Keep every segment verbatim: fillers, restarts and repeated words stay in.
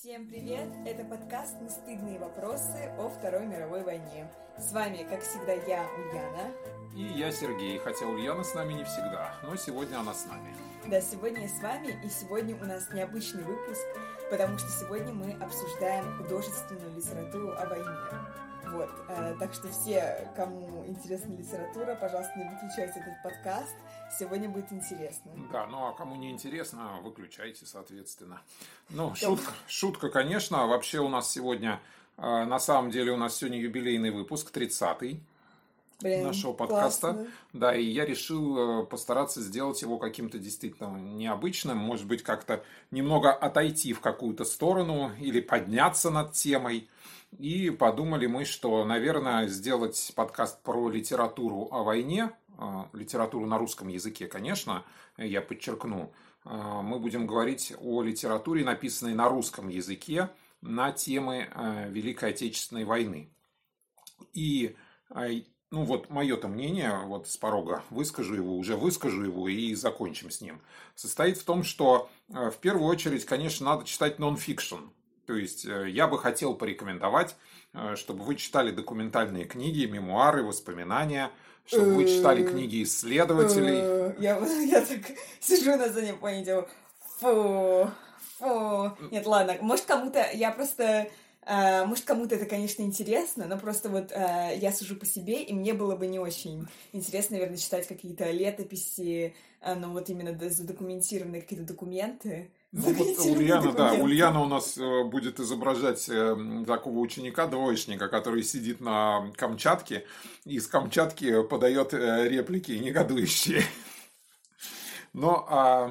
Всем привет! Это подкаст «Нестыдные вопросы о Второй мировой войне». С вами, как всегда, я, Ульяна. И я, Сергей, хотя Ульяна с нами не всегда, но сегодня она с нами. Да, сегодня я с вами, и сегодня у нас необычный выпуск, потому что сегодня мы обсуждаем художественную литературу о войне. Вот, э, так что все, кому интересна литература, пожалуйста, не выключайте этот подкаст, сегодня будет интересно. Да, ну а кому не интересно, выключайте, соответственно. Ну, шутка, шутка, конечно, вообще у нас сегодня, э, на самом деле у нас сегодня юбилейный выпуск, тридцатый. Блин, нашего подкаста. Классно. Да, и я решил постараться сделать его каким-то действительно необычным, может быть, как-то немного отойти в какую-то сторону или подняться над темой. И подумали мы, что, наверное, сделать подкаст про литературу о войне, литературу на русском языке, конечно, я подчеркну, мы будем говорить о литературе, написанной на русском языке на темы Великой Отечественной войны. И ну вот мое-то мнение, вот с порога выскажу его, уже выскажу его и закончим с ним, состоит в том, что в первую очередь, конечно, надо читать нон-фикшн. То есть я бы хотел порекомендовать, чтобы вы читали документальные книги, мемуары, воспоминания, чтобы вы читали книги исследователей. Я, я так сижу на заднем плане и делаю фу, фу. Нет, ладно, может кому-то, я просто... Uh, может, кому-то это, конечно, интересно, но просто вот uh, я сужу по себе, и мне было бы не очень интересно, наверное, читать какие-то летописи, uh, ну вот именно задокументированные какие-то документы. Ну, вот Ульяна, да, Ульяна у нас э, будет изображать э, такого ученика-двоечника, который сидит на Камчатке и с Камчатки подает э, реплики негодующие. Но... А...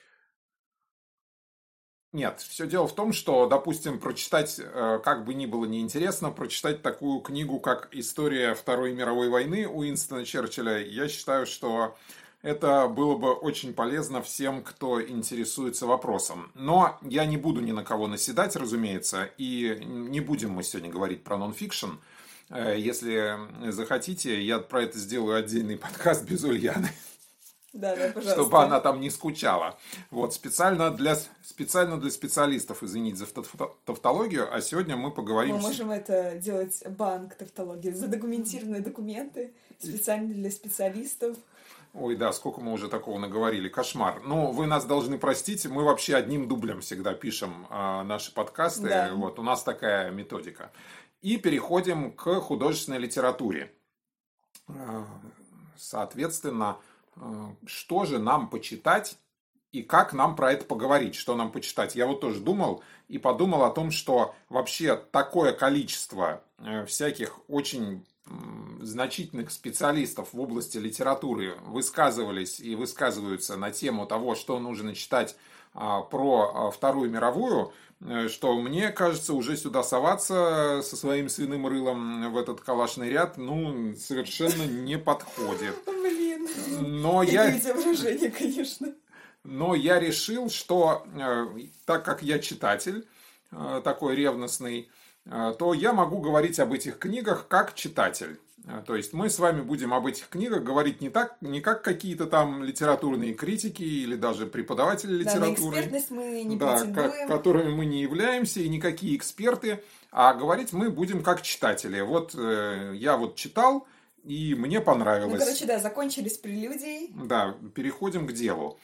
Нет, все дело в том, что, допустим, прочитать, как бы ни было неинтересно, прочитать такую книгу, как «История Второй мировой войны» Уинстона Черчилля, я считаю, что это было бы очень полезно всем, кто интересуется вопросом. Но я не буду ни на кого наседать, разумеется, и не будем мы сегодня говорить про нон-фикшн. Если захотите, я про это сделаю отдельный подкаст без Ульяны. Да, да, пожалуйста. Чтобы она там не скучала. Вот, специально для, специально для специалистов, извините за тавтологию, а сегодня мы поговорим... Мы можем это делать банк тавтологии, задокументированные документы, специально для специалистов. Ой, да, сколько мы уже такого наговорили, кошмар. Ну, вы нас должны простить, мы вообще одним дублем всегда пишем а, наши подкасты, да. Вот, у нас такая методика. И переходим к художественной литературе. Соответственно... Что же нам почитать и как нам про это поговорить, что нам почитать. Я вот тоже думал и подумал о том, что вообще такое количество всяких очень значительных специалистов в области литературы высказывались и высказываются на тему того, что нужно читать про Вторую мировую, что мне кажется, уже сюда соваться со своим свиным рылом в этот калашный ряд, ну, совершенно не подходит. Блин, но я... выражения, конечно. Но я решил, что так как я читатель такой ревностный, то я могу говорить об этих книгах как читатель. То есть мы с вами будем об этих книгах говорить не так, не как какие-то там литературные критики или даже преподаватели литературы. Да, на экспертность мы не да, претендуем. Которыми мы не являемся и никакие эксперты, а говорить мы будем как читатели. Вот э, я вот читал, и мне понравилось. Ну, короче, да, закончились прелюдии. Да, переходим к делу.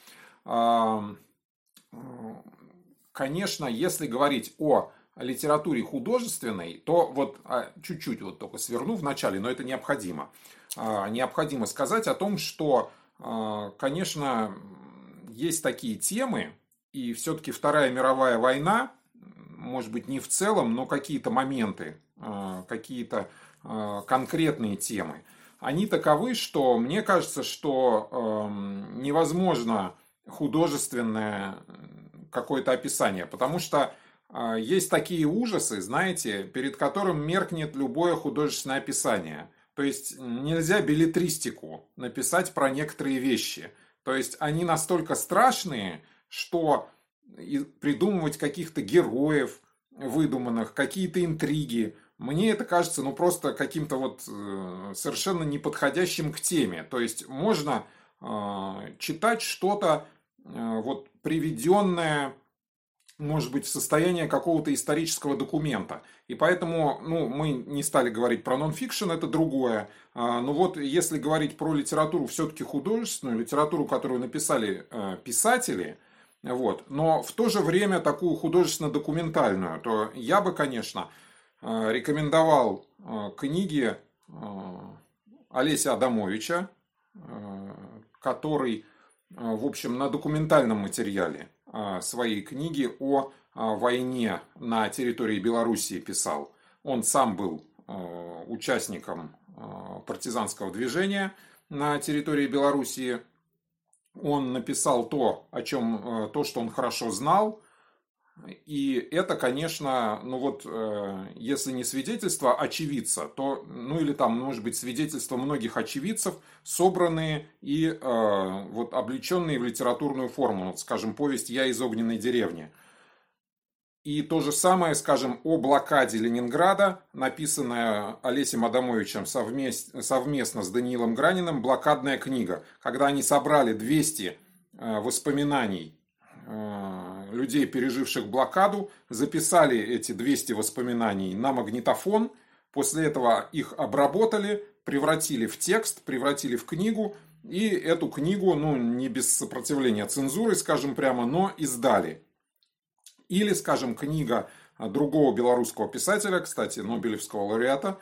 Конечно, если говорить о литературе художественной, то вот чуть-чуть вот только сверну в начале, но это необходимо. Необходимо сказать о том, что, конечно, есть такие темы, и все-таки Вторая мировая война, может быть, не в целом, но какие-то моменты, какие-то конкретные темы, они таковы, что мне кажется, что невозможно художественное какое-то описание, потому что есть такие ужасы, знаете, перед которым меркнет любое художественное описание. То есть нельзя беллетристику написать про некоторые вещи. То есть они настолько страшные, что придумывать каких-то героев выдуманных, какие-то интриги, мне это кажется ну просто каким-то вот совершенно неподходящим к теме. То есть можно читать что-то вот приведенное может быть, в состоянии какого-то исторического документа. И поэтому, ну, мы не стали говорить про нон-фикшн, это другое. Но вот если говорить про литературу все-таки художественную, литературу, которую написали писатели, вот, но в то же время такую художественно-документальную, то я бы, конечно, рекомендовал книги Олеся Адамовича, который, в общем, на документальном материале своей книги о войне на территории Белоруссии писал. Он сам был участником партизанского движения на территории Белоруссии. Он написал то, о чем, то, что он хорошо знал. И это, конечно, ну вот, если не свидетельство очевидца, то, ну или там, может быть, свидетельства многих очевидцев, собранные и э, вот облеченные в литературную форму, вот, скажем, повесть «Я из огненной деревни». И то же самое, скажем, о блокаде Ленинграда, написанная Олесем Адамовичем совмест, совместно с Даниилом Граниным, блокадная книга, когда они собрали двести э, воспоминаний людей, переживших блокаду, записали эти двести воспоминаний на магнитофон, после этого их обработали, превратили в текст, превратили в книгу, и эту книгу, ну, не без сопротивления цензуры, скажем прямо, но издали. Или, скажем, книга другого белорусского писателя, кстати, Нобелевского лауреата,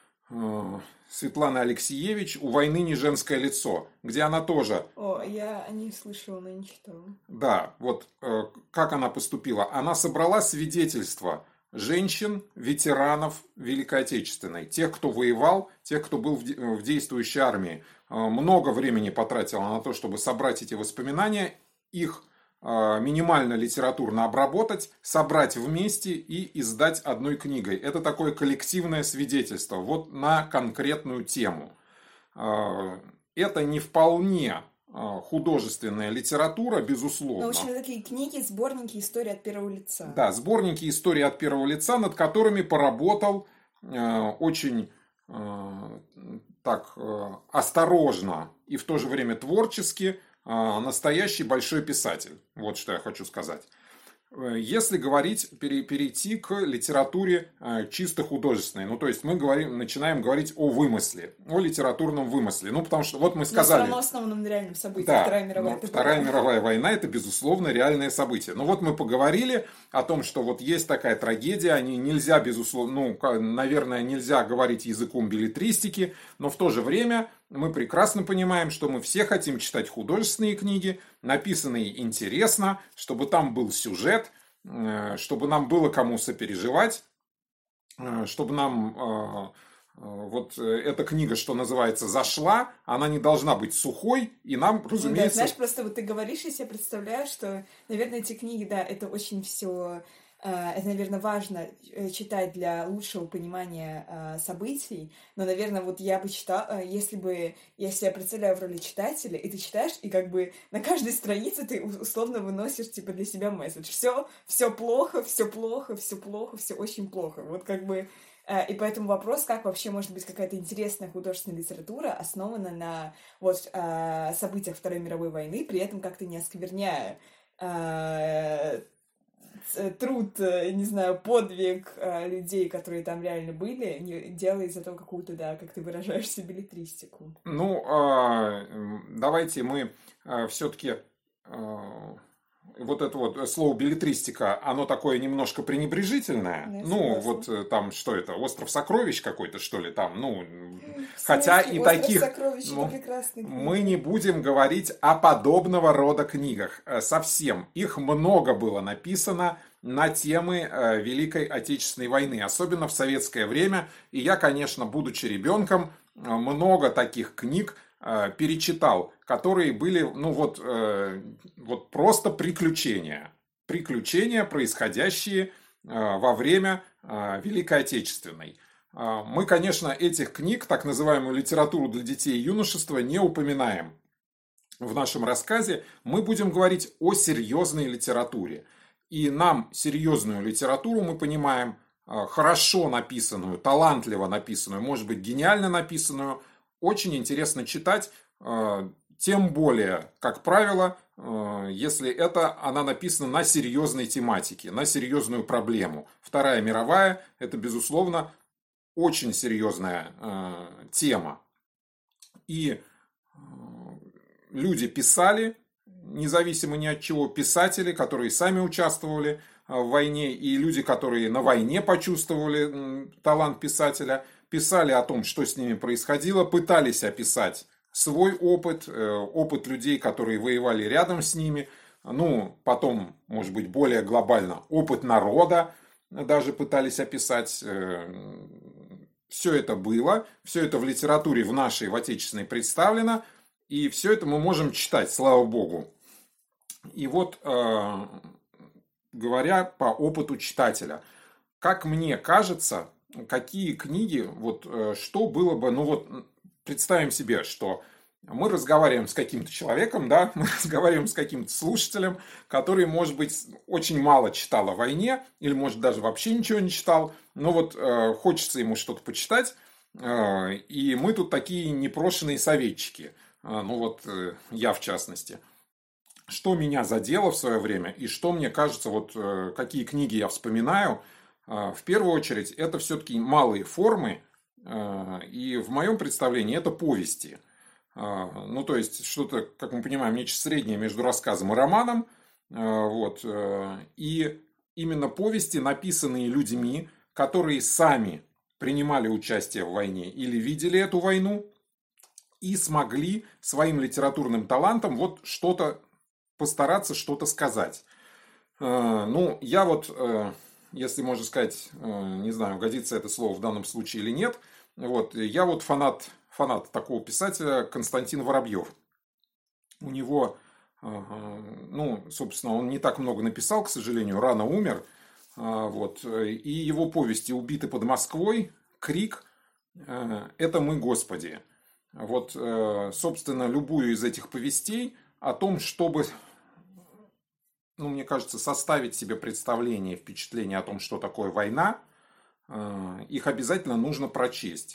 Светланы Алексеевич «У войны не женское лицо», где она тоже... О, я о ней слышала, но не читала. Да, вот э, как она поступила. Она собрала свидетельства женщин, ветеранов Великой Отечественной, тех, кто воевал, тех, кто был в, де- в действующей армии. Э, много времени потратила на то, чтобы собрать эти воспоминания, их минимально литературно обработать, собрать вместе и издать одной книгой. Это такое коллективное свидетельство вот на конкретную тему. Это не вполне художественная литература, безусловно. Но, в общем, такие книги, сборники истории от первого лица. Да, сборники истории от первого лица, над которыми поработал очень так осторожно и в то же время творчески настоящий большой писатель. Вот что я хочу сказать. Если говорить, перейти к литературе чисто художественной, ну то есть мы говорим, начинаем говорить о вымысле, о литературном вымысле. Ну потому что вот мы сказали... Но все равно основанном на реальном событии. Да, Вторая мировая, ну, Вторая была. мировая война это безусловно реальное событие. Но вот мы поговорили о том, что вот есть такая трагедия, они нельзя безусловно, ну наверное нельзя говорить языком беллетристики, но в то же время мы прекрасно понимаем, что мы все хотим читать художественные книги, написанные интересно, чтобы там был сюжет, чтобы нам было кому сопереживать, чтобы нам вот эта книга, что называется, зашла, она не должна быть сухой, и нам, разумеется... Ну, да, знаешь, просто вот ты говоришь, и я представляю, что, наверное, эти книги, да, это очень все... Это, наверное, важно читать для лучшего понимания событий, но, наверное, вот я бы читала, если бы, если я представляю в роли читателя, и ты читаешь, и как бы на каждой странице ты условно выносишь, типа, для себя месседж. Все, все плохо, все плохо, все плохо, все очень плохо. Вот как бы... И поэтому вопрос, как вообще может быть какая-то интересная художественная литература, основана на вот событиях Второй мировой войны, при этом как-то не оскверняя труд, не знаю, подвиг людей, которые там реально были, не делая из этого какую-то, да, как ты выражаешься, беллетристику. Ну, давайте мы все-таки вот это вот слово беллетристика, оно такое немножко пренебрежительное. Я ну, согласна. Вот там, что это, «Остров сокровищ» какой-то, что ли, там, ну, в хотя и таких... Ну, мы не будем говорить о подобного рода книгах. Совсем. Их много было написано на темы Великой Отечественной войны, особенно в советское время. И я, конечно, будучи ребенком, много таких книг перечитал, которые были, ну вот, э, вот просто приключения. Приключения, происходящие э, во время э, Великой Отечественной. Э, мы, конечно, этих книг, так называемую литературу для детей и юношества, не упоминаем в нашем рассказе. Мы будем говорить о серьезной литературе. И нам серьезную литературу мы понимаем, э, хорошо написанную, талантливо написанную, может быть, гениально написанную, очень интересно читать э, Тем более, как правило, если это она написана на серьезной тематике, на серьезную проблему. Вторая мировая – это, безусловно, очень серьезная тема. И люди писали, независимо ни от чего, писатели, которые сами участвовали в войне, и люди, которые на войне почувствовали талант писателя, писали о том, что с ними происходило, пытались описать свой опыт, опыт людей, которые воевали рядом с ними, ну, потом, может быть, более глобально, опыт народа даже пытались описать. Все это было, все это в литературе в нашей, в отечественной представлено, и все это мы можем читать, слава богу. И вот, говоря по опыту читателя, как мне кажется, какие книги, вот что было бы, ну вот представим себе, что мы разговариваем с каким-то человеком, да, мы разговариваем с каким-то слушателем, который, может быть, очень мало читал о войне, или, может, даже вообще ничего не читал, но вот э, хочется ему что-то почитать, э, и мы тут такие непрошенные советчики, э, ну вот э, я в частности. Что меня задело в свое время, и что мне кажется, вот э, какие книги я вспоминаю, э, в первую очередь, это все-таки малые формы, э, и в моем представлении это повести. Ну, то есть, что-то, как мы понимаем, нечто среднее между рассказом и романом. Вот. И именно повести, написанные людьми, которые сами принимали участие в войне или видели эту войну, и смогли своим литературным талантом вот что-то постараться, что-то сказать. Ну, я вот, если можно сказать, не знаю, годится это слово в данном случае или нет, вот, я вот фанат... фанат такого писателя Константин Воробьев. У него, ну, собственно, он не так много написал, к сожалению, рано умер. Вот. И его повести «Убиты под Москвой», «Крик» – это «Мы, Господи». Вот, собственно, любую из этих повестей о том, чтобы, ну, мне кажется, составить себе представление, впечатление о том, что такое война, их обязательно нужно прочесть.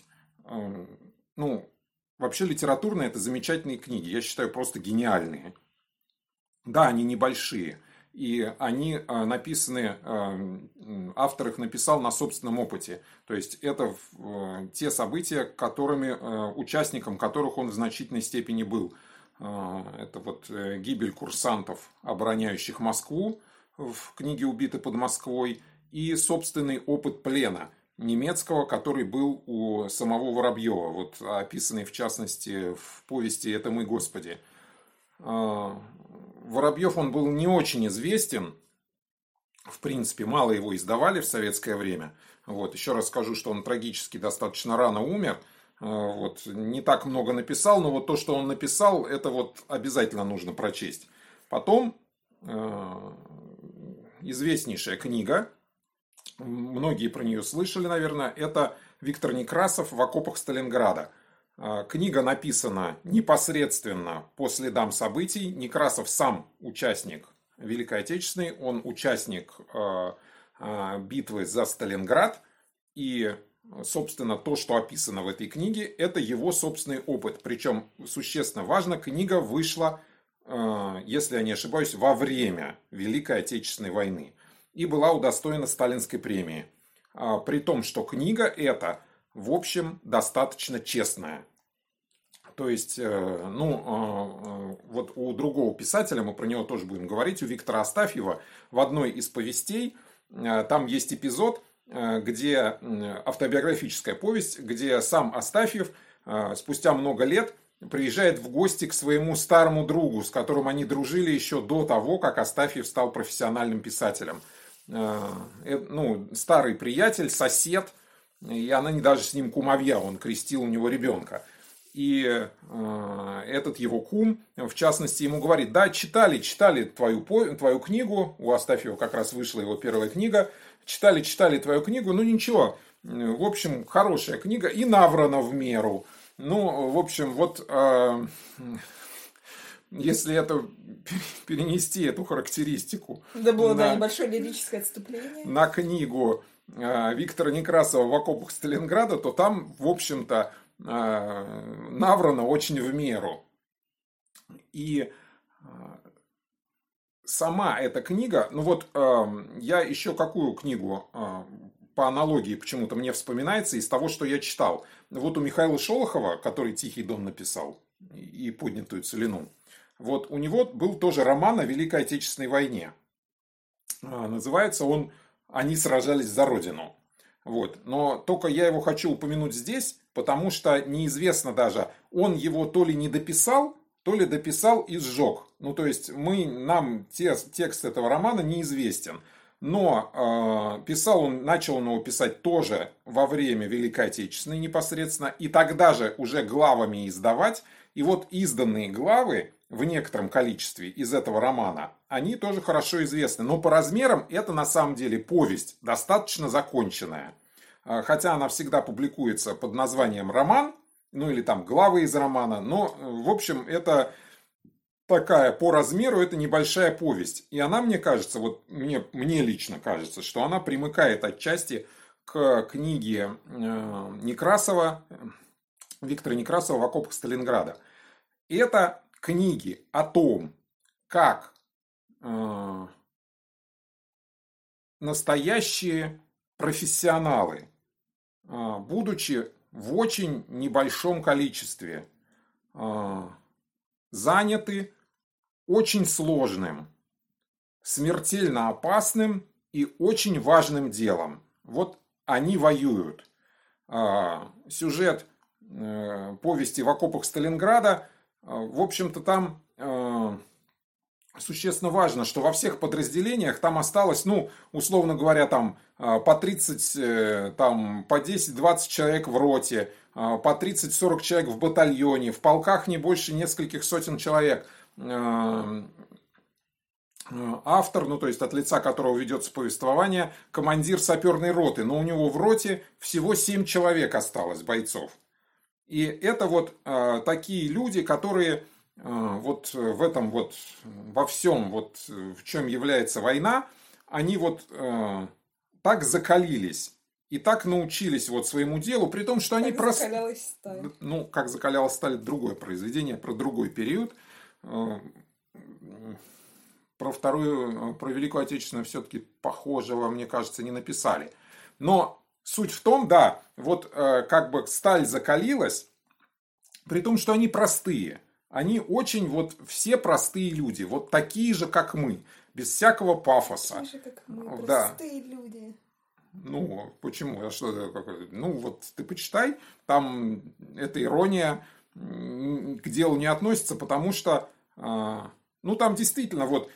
Ну, вообще литературно это замечательные книги. Я считаю, просто гениальные. Да, они небольшие. И они написаны, автор их написал на собственном опыте. То есть это те события, которыми, участником которых он в значительной степени был. Это вот гибель курсантов, обороняющих Москву в книге «Убиты под Москвой», и собственный опыт плена немецкого, который был у самого Воробьева, вот описанный в частности в повести «Это мы, Господи». Воробьев, он был не очень известен, в принципе, мало его издавали в советское время. Вот, еще раз скажу, что он трагически достаточно рано умер, вот, не так много написал, но вот то, что он написал, это вот обязательно нужно прочесть. Потом известнейшая книга, многие про нее слышали, наверное, это Виктор Некрасов «В окопах Сталинграда». Книга написана непосредственно по следам событий. Некрасов сам участник Великой Отечественной, он участник битвы за Сталинград. И, собственно, то, что описано в этой книге, это его собственный опыт. Причем, существенно важно, книга вышла, если я не ошибаюсь, во время Великой Отечественной войны. И была удостоена Сталинской премии. При том, что книга эта, в общем, достаточно честная. То есть, ну, вот у другого писателя, мы про него тоже будем говорить, у Виктора Астафьева, в одной из повестей, там есть эпизод, где автобиографическая повесть, где сам Астафьев спустя много лет приезжает в гости к своему старому другу, с которым они дружили еще до того, как Астафьев стал профессиональным писателем. Ну, старый приятель, сосед, и она не даже с ним кумовья, он крестил у него ребенка. И э, этот его кум, в частности, ему говорит: да, читали, читали твою, твою книгу, у Астафьева как раз вышла его первая книга, читали, читали твою книгу, ну ничего, в общем, хорошая книга и наврана в меру. Ну, в общем, вот... Э, если это перенести эту характеристику... Это было, на, да, небольшое лирическое отступление. На книгу э, Виктора Некрасова «В окопах Сталинграда», то там, в общем-то, э, наврано очень в меру. И сама эта книга, ну вот э, я еще какую книгу э, по аналогии почему-то мне вспоминается из того, что я читал. Вот у Михаила Шолохова, который «Тихий дон» написал и «Поднятую целину», вот у него был тоже роман о Великой Отечественной войне. Э, называется он «Они сражались за Родину». Вот. Но только я его хочу упомянуть здесь, потому что неизвестно даже, он его то ли не дописал, то ли дописал и сжег. Ну, то есть, мы, нам те, текст этого романа неизвестен. Но э, писал он, начал он его писать тоже во время Великой Отечественной непосредственно. И тогда же уже главами издавать. И вот изданные главы в некотором количестве из этого романа, они тоже хорошо известны. Но по размерам это на самом деле повесть, достаточно законченная. Хотя она всегда публикуется под названием «Роман», ну или там главы из романа, но, в общем, это такая, по размеру, это небольшая повесть. И она, мне кажется, вот мне, мне лично кажется, что она примыкает отчасти к книге Некрасова, Виктора Некрасова «В окопах Сталинграда». Это книги о том, как э, настоящие профессионалы, э, будучи в очень небольшом количестве, э, заняты очень сложным, смертельно опасным и очень важным делом. Вот они воюют. Э, сюжет э, повести «В окопах Сталинграда», э, в общем-то, там э, существенно важно, что во всех подразделениях там осталось, ну, условно говоря, там по тридцать, там, по десять-двадцать человек в роте, по тридцать-сорок человек в батальоне, в полках не больше нескольких сотен человек. Автор, ну, то есть от лица которого ведется повествование, командир саперной роты, но у него в роте всего семь человек осталось, бойцов. И это вот такие люди, которые вот в этом вот, во всем, вот в чем является война, они вот э, так закалились и так научились вот своему делу, при том, что они просто... Закалялась сталь. Ну, как закалялась сталь, другое произведение, про другой период. Э, про вторую, про Великую Отечественную все-таки похожего, мне кажется, не написали. Но суть в том, да, вот э, как бы сталь закалилась, при том, что они простые. Они очень вот все простые люди, вот такие же, как мы, без всякого пафоса. Такие же, как мы, Да. простые люди. Ну, почему? А что это? Ну, вот ты почитай, там эта ирония к делу не относится, потому что, ну, там действительно вот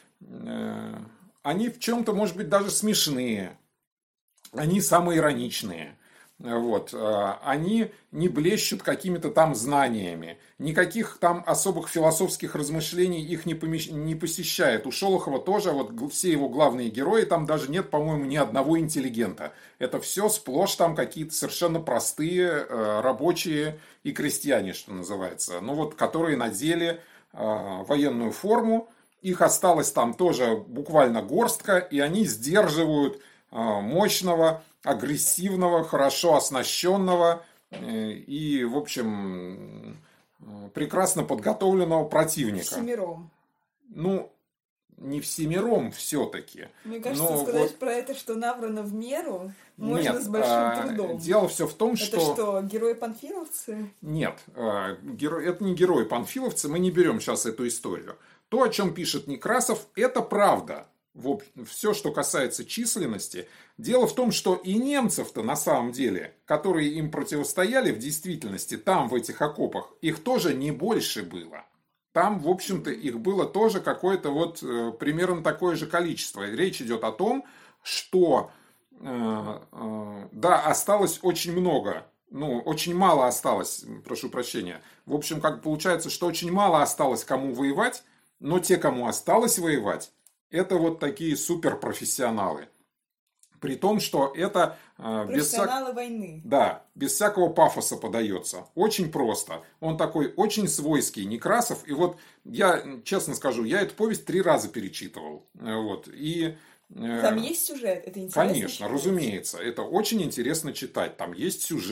они в чем-то, может быть, даже смешные, они самоироничные. Вот. Они не блещут какими-то там знаниями. Никаких там особых философских размышлений их не, помещ... не посещает. У Шолохова тоже вот все его главные герои, там даже нет, по-моему, ни одного интеллигента. Это все сплошь там какие-то совершенно простые рабочие и крестьяне, что называется. Ну вот, которые надели военную форму. Их осталось там тоже буквально горстка, и они сдерживают мощного, агрессивного, хорошо оснащенного и, в общем, прекрасно подготовленного противника. Всемиром. Ну, не всемиром все-таки. Мне кажется, но сказать вот... про это, что набрано в меру, можно Нет, с большим а, трудом. Дело все в том, что... Это что, герои-панфиловцы? Нет, а, геро... это не герои-панфиловцы, мы не берем сейчас эту историю. То, о чем пишет Некрасов, это правда. Вот, все, что касается численности. Дело в том, что и немцев-то на самом деле, которые им противостояли в действительности, там, в этих окопах, их тоже не больше было. Там, в общем-то, их было тоже какое-то вот э, примерно такое же количество. И речь идет о том, что, э, э, да, осталось очень много. Ну, очень мало осталось, прошу прощения. В общем, как получается, что очень мало осталось кому воевать, но те, кому осталось воевать, это вот такие суперпрофессионалы. При том, что это э, без, Профессионалы войны. да, без всякого пафоса подается. Очень просто. Он такой очень свойский, Некрасов. И вот я, честно скажу, я эту повесть три раза перечитывал. Вот. И, э, Там есть сюжет? Это интересно? Конечно, читать? разумеется. Это очень интересно читать. Там есть сюжет.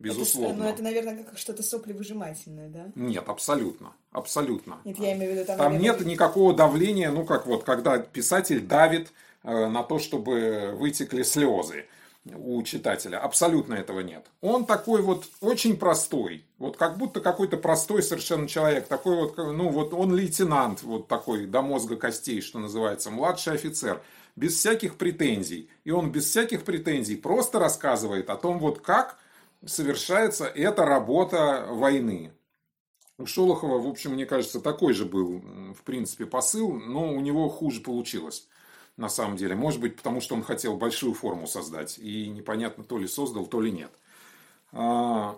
безусловно. Это, ну, это, наверное, как что-то соплевыжимательное, да? Нет, абсолютно, абсолютно. Нет, я имею в виду, там, там наверное... нет никакого давления, ну, как вот, когда писатель давит э, на то, чтобы вытекли слезы у читателя. Абсолютно этого нет. Он такой вот очень простой. Вот как будто какой-то простой совершенно человек. Такой вот, ну вот он лейтенант, вот такой до мозга костей, что называется, младший офицер. Без всяких претензий. И он без всяких претензий просто рассказывает о том, вот как совершается эта работа войны. У Шолохова, в общем, мне кажется, такой же был, в принципе, посыл, но у него хуже получилось. На самом деле. Может быть, потому что он хотел большую форму создать. И непонятно, то ли создал, то ли нет. А,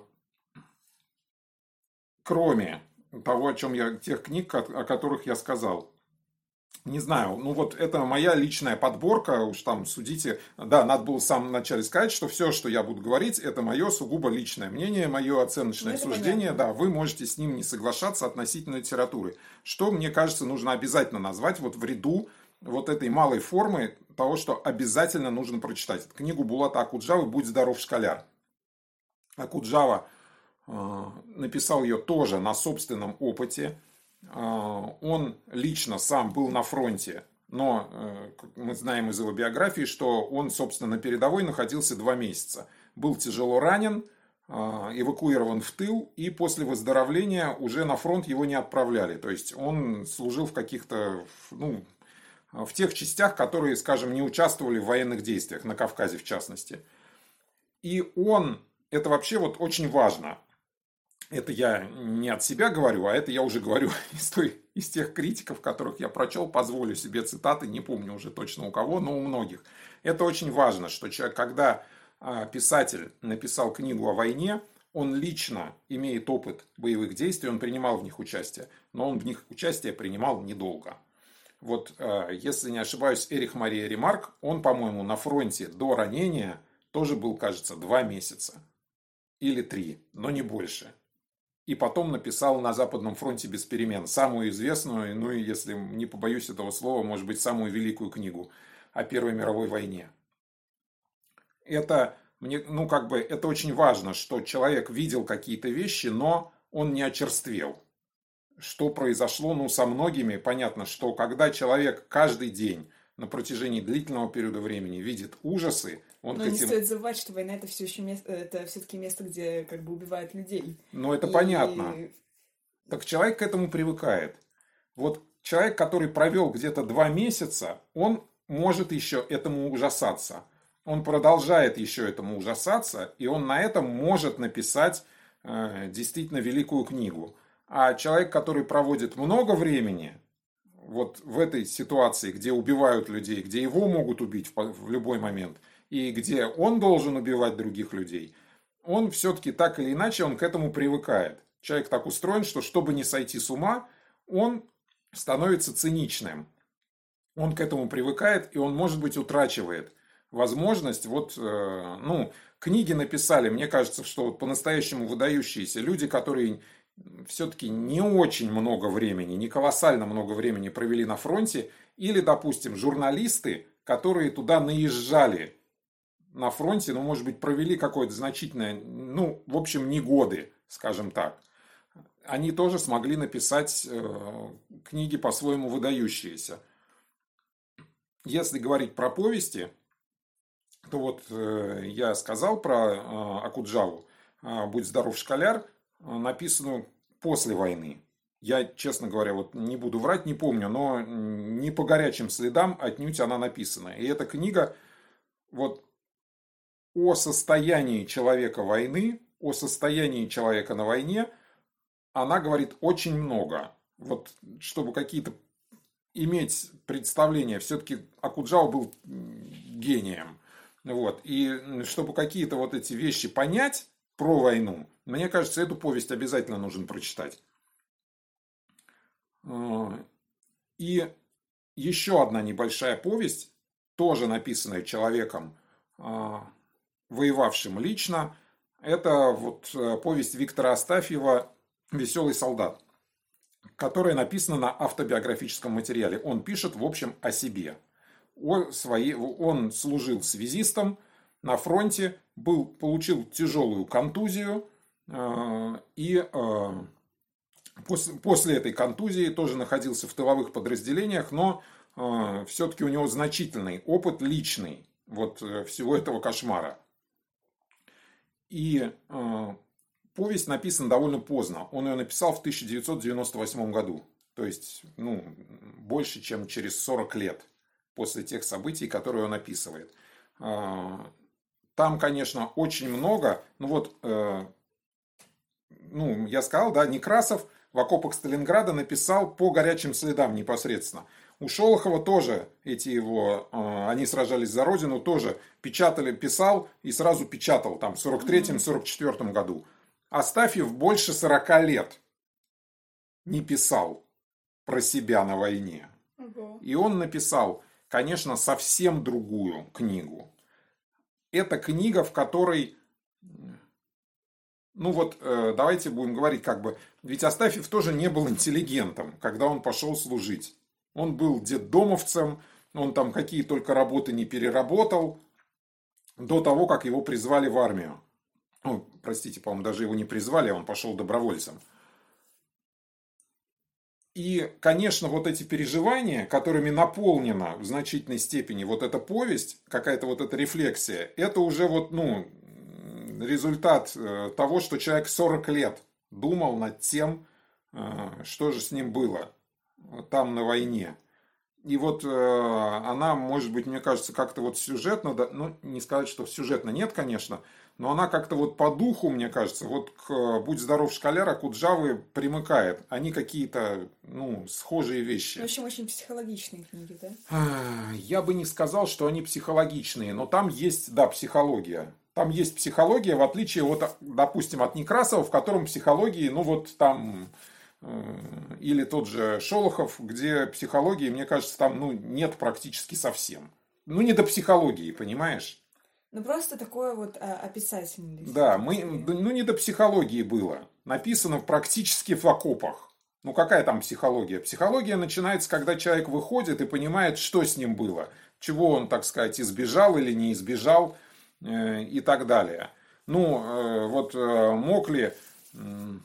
кроме того, о чем я, тех книг, о которых я сказал. Не знаю, ну вот это моя личная подборка, уж там судите. Да, надо было в самом начале сказать, что все, что я буду говорить, это мое сугубо личное мнение, мое оценочное ну, суждение. Понятно. Да, вы можете с ним не соглашаться относительно литературы. Что, мне кажется, нужно обязательно назвать вот в ряду вот этой малой формы того, что обязательно нужно прочитать. Эту книгу Булата Акуджавы «Будь здоров, школяр». Акуджава э, написал ее тоже на собственном опыте. Э, он лично сам был на фронте, но э, мы знаем из его биографии, что он, собственно, на передовой находился два месяца. Был тяжело ранен, э, эвакуирован в тыл, и после выздоровления уже на фронт его не отправляли. То есть он служил в каких-то... ну, в тех частях, которые, скажем, не участвовали в военных действиях, на Кавказе в частности. И он, это вообще вот очень важно. Это я не от себя говорю, а это я уже говорю из, той, из тех критиков, которых я прочел, позволю себе цитаты, не помню уже точно у кого, но у многих. Это очень важно, что человек, когда писатель написал книгу о войне, он лично имеет опыт боевых действий, он принимал в них участие, но он в них участие принимал недолго. Вот, если не ошибаюсь, Эрих Мария Ремарк, он, по-моему, на фронте до ранения тоже был, кажется, два месяца. Или три, но не больше. И потом написал «На Западном фронте без перемен» самую известную, ну и, если не побоюсь этого слова, может быть, самую великую книгу о Первой мировой войне. Это, мне, ну, как бы, это очень важно, что человек видел какие-то вещи, но он не очерствел. Что произошло, ну, со многими, понятно, что когда человек каждый день на протяжении длительного периода времени видит ужасы, он Но к не этим... стоит забывать, что война это все еще место, это все-таки место, где как бы убивают людей. Ну, это И... понятно. Так человек к этому привыкает. Вот человек, который провел где-то два месяца, он может еще этому ужасаться. Он продолжает еще этому ужасаться, и он на этом может написать э, действительно великую книгу. А человек, который проводит много времени вот в этой ситуации, где убивают людей, где его могут убить в, в любой момент, и где он должен убивать других людей, он все-таки так или иначе он к этому привыкает. Человек так устроен, что чтобы не сойти с ума, он становится циничным. Он к этому привыкает, и он, может быть, утрачивает возможность. Вот, э, ну, книги написали, мне кажется, что вот по-настоящему выдающиеся люди, которые все-таки не очень много времени, не колоссально много времени провели на фронте, или, допустим, журналисты, которые туда наезжали на фронте, ну, может быть, провели какое-то значительное, ну, в общем, не годы, скажем так. Они тоже смогли написать э, книги по-своему выдающиеся. Если говорить про повести, то вот э, я сказал про э, Акуджаву э, «Будь здоров, школяр», написанную после войны. Я, честно говоря, вот не буду врать, не помню, но не по горячим следам отнюдь она написана. И эта книга вот о состоянии человека войны, о состоянии человека на войне, она говорит очень много. Вот чтобы какие-то иметь представление, все-таки Акуджава был гением. Вот. И чтобы какие-то вот эти вещи понять про войну, мне кажется, эту повесть обязательно нужно прочитать. И еще одна небольшая повесть, тоже написанная человеком, воевавшим лично, это вот повесть Виктора Астафьева «Веселый солдат», которая написана на автобиографическом материале. Он пишет, в общем, о себе. О своей, он служил связистом, на фронте, был, получил тяжелую контузию, и после, после этой контузии тоже находился в тыловых подразделениях, но все-таки у него значительный опыт личный вот всего этого кошмара. И повесть написана довольно поздно. Он ее написал в тысяча девятьсот девяносто восьмом году. То есть, ну, больше, чем через сорок лет после тех событий, которые он описывает. Там, конечно, очень много. Ну вот, э, ну, я сказал, да, Некрасов в окопах Сталинграда написал по горячим следам непосредственно. У Шолохова тоже эти его, э, они сражались за Родину, тоже печатали, писал и сразу печатал там в сорок третьем — сорок четвёртом году. Астафьев больше сорока лет не писал про себя на войне. Ого. И он написал, конечно, совсем другую книгу. Это книга, в которой, ну вот, э, давайте будем говорить как бы, ведь Астафьев тоже не был интеллигентом, когда он пошел служить. Он был детдомовцем, он там какие только работы не переработал, до того, как его призвали в армию. Ну, простите, по-моему, даже его не призвали, а он пошел добровольцем. И, конечно, вот эти переживания, которыми наполнена в значительной степени вот эта повесть, какая-то вот эта рефлексия, это уже вот, ну, результат того, что человек сорок лет думал над тем, что же с ним было там на войне. И вот она, может быть, мне кажется, как-то вот сюжетно, ну, не сказать, что сюжетно нет, конечно, но она как-то вот по духу, мне кажется, вот к «Будь здоров, школяр», Акуджавы примыкает. Они какие-то, ну, схожие вещи. В общем, очень психологичные книги, да? Я бы не сказал, что они психологичные, но там есть, да, психология. Там есть психология, в отличие, вот, допустим, от Некрасова, в котором психологии, ну, вот там... Или тот же Шолохов, где психологии, мне кажется, там, ну, нет практически совсем. Ну, не до психологии, понимаешь? Ну, просто такое вот а, описательное. Да, мы, ну, не до психологии было. Написано практически в окопах. Ну, какая там психология? Психология начинается, когда человек выходит и понимает, что с ним было. Чего он, так сказать, избежал или не избежал э, и так далее. Ну, э, вот э, мог ли... Э,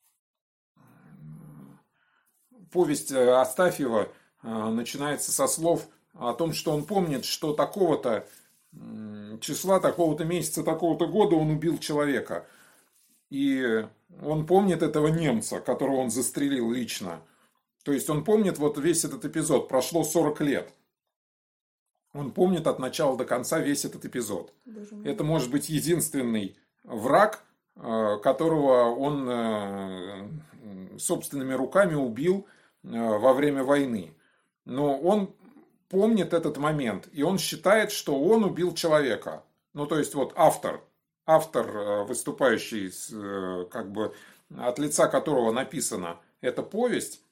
Повесть Астафьева начинается со слов о том, что он помнит, что такого-то числа, такого-то месяца, такого-то года он убил человека. И он помнит этого немца, которого он застрелил лично. То есть он помнит вот весь этот эпизод. Прошло сорок лет. Он помнит от начала до конца весь этот эпизод. Это может быть единственный враг, которого он собственными руками убил во время войны. Но он помнит этот момент, и он считает, что он убил человека. Ну, то есть, вот автор, автор, выступающий, как бы, от лица которого написана эта повесть,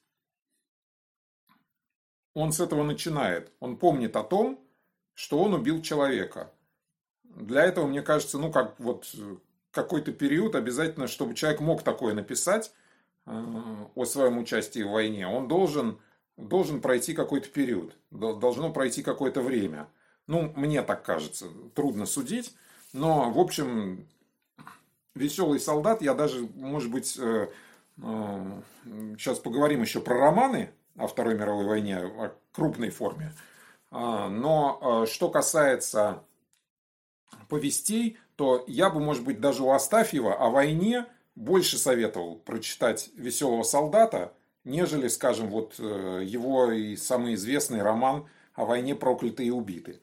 он с этого начинает. Он помнит о том, что он убил человека. Для этого, мне кажется, ну, как вот какой-то период обязательно, чтобы человек мог такое написать, о своем участии в войне, он должен, должен пройти какой-то период, должно пройти какое-то время. Ну, мне так кажется, трудно судить, но, в общем, «Веселый солдат», я даже, может быть, сейчас поговорим еще про романы о Второй мировой войне, о крупной форме, но что касается повестей, то я бы, может быть, даже у Астафьева о войне больше советовал прочитать «Веселого солдата», нежели, скажем, вот его и самый известный роман о войне «Проклятые и убиты».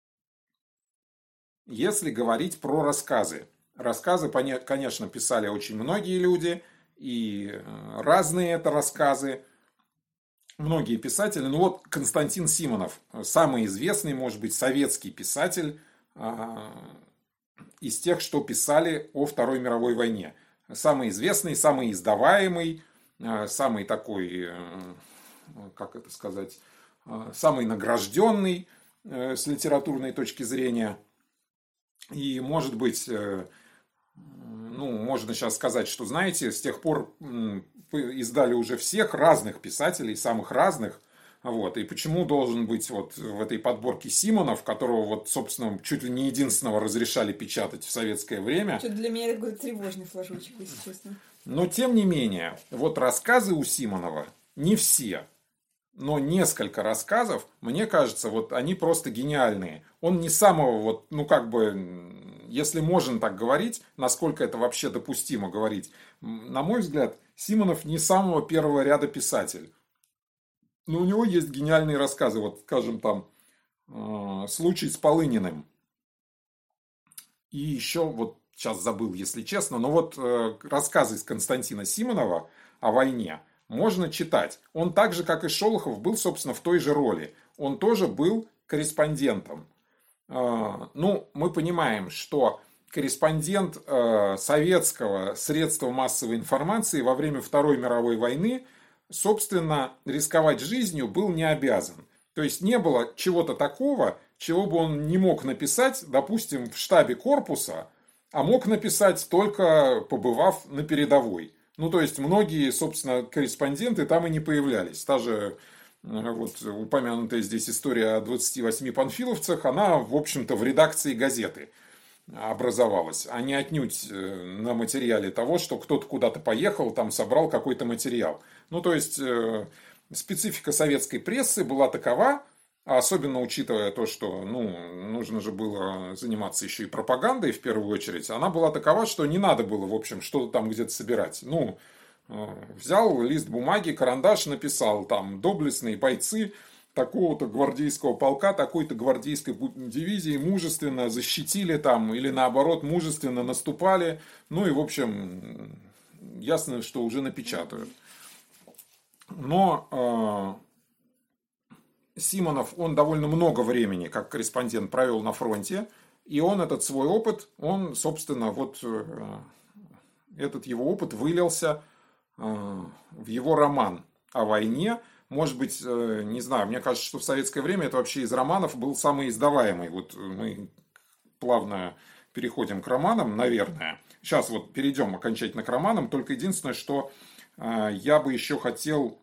Если говорить про рассказы. Рассказы, конечно, писали очень многие люди, и разные это рассказы. Многие писатели. Ну вот Константин Симонов, самый известный, может быть, советский писатель из тех, что писали о Второй мировой войне. Самый известный, самый издаваемый, самый такой, как это сказать, самый награжденный с литературной точки зрения. И, может быть, ну, можно сейчас сказать, что, знаете, с тех пор издали уже всех разных писателей, самых разных. Вот. И почему должен быть вот в этой подборке Симонов, которого вот, собственно, чуть ли не единственного разрешали печатать в советское время. Что для меня это какой-то тревожный флажочек, если честно. Но, тем не менее, вот рассказы у Симонова, не все, но несколько рассказов, мне кажется, вот они просто гениальные. Он не самого, вот, ну, как бы, если можно так говорить, насколько это вообще допустимо говорить, на мой взгляд, Симонов не самого первого ряда писатель. Но у него есть гениальные рассказы, вот, скажем, там, э, «Случай с Полыниным». И еще, вот, сейчас забыл, если честно, но вот э, рассказы из Константина Симонова о войне можно читать. Он так же, как и Шолохов, был, собственно, в той же роли. Он тоже был корреспондентом. Э, ну, мы понимаем, что корреспондент э, советского средства массовой информации во время Второй мировой войны, собственно, рисковать жизнью был не обязан. То есть не было чего-то такого, чего бы он не мог написать, допустим, в штабе корпуса, а мог написать только побывав на передовой. Ну, то есть многие, собственно, корреспонденты там и не появлялись. Та же вот упомянутая здесь история о двадцати восьми панфиловцах, она, в общем-то, в редакции газеты образовалась, а не отнюдь на материале того, что кто-то куда-то поехал, там собрал какой-то материал. Ну, то есть, специфика советской прессы была такова, особенно учитывая то, что ну, нужно же было заниматься еще и пропагандой в первую очередь, она была такова, что не надо было, в общем, что-то там где-то собирать. Ну, взял лист бумаги, карандаш, написал там доблестные бойцы такого-то гвардейского полка, такой-то гвардейской дивизии мужественно защитили там, или наоборот мужественно наступали. Ну и, в общем, ясно, что уже напечатают. Но э, Симонов, он довольно много времени как корреспондент провел на фронте. И он этот свой опыт, он, собственно, вот э, этот его опыт вылился э, в его роман о войне. Может быть, не знаю, мне кажется, что в советское время это вообще из романов был самый издаваемый. Вот мы плавно переходим к романам, наверное. Сейчас вот перейдем окончательно к романам. Только единственное, что я бы еще хотел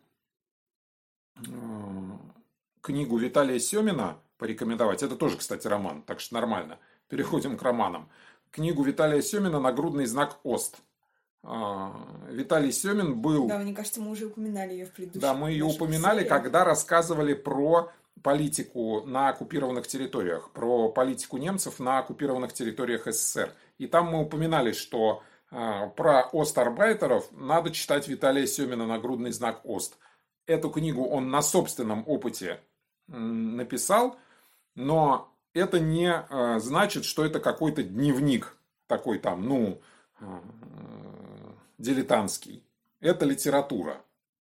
книгу Виталия Семина порекомендовать. Это тоже, кстати, роман, так что нормально. Переходим к романам. Книгу Виталия Семина «Нагрудный знак ОСТ». Виталий Семин был... Да, мне кажется, мы уже упоминали ее в предыдущем. Да, мы ее упоминали, серии. Когда рассказывали про политику на оккупированных территориях, про политику немцев на оккупированных территориях СССР. И там мы упоминали, что э, про остарбайтеров надо читать Виталия Семина «Нагрудный знак ОСТ». Эту книгу он на собственном опыте э, написал, но это не э, значит, что это какой-то дневник такой там, ну... Э, дилетантский. Это литература.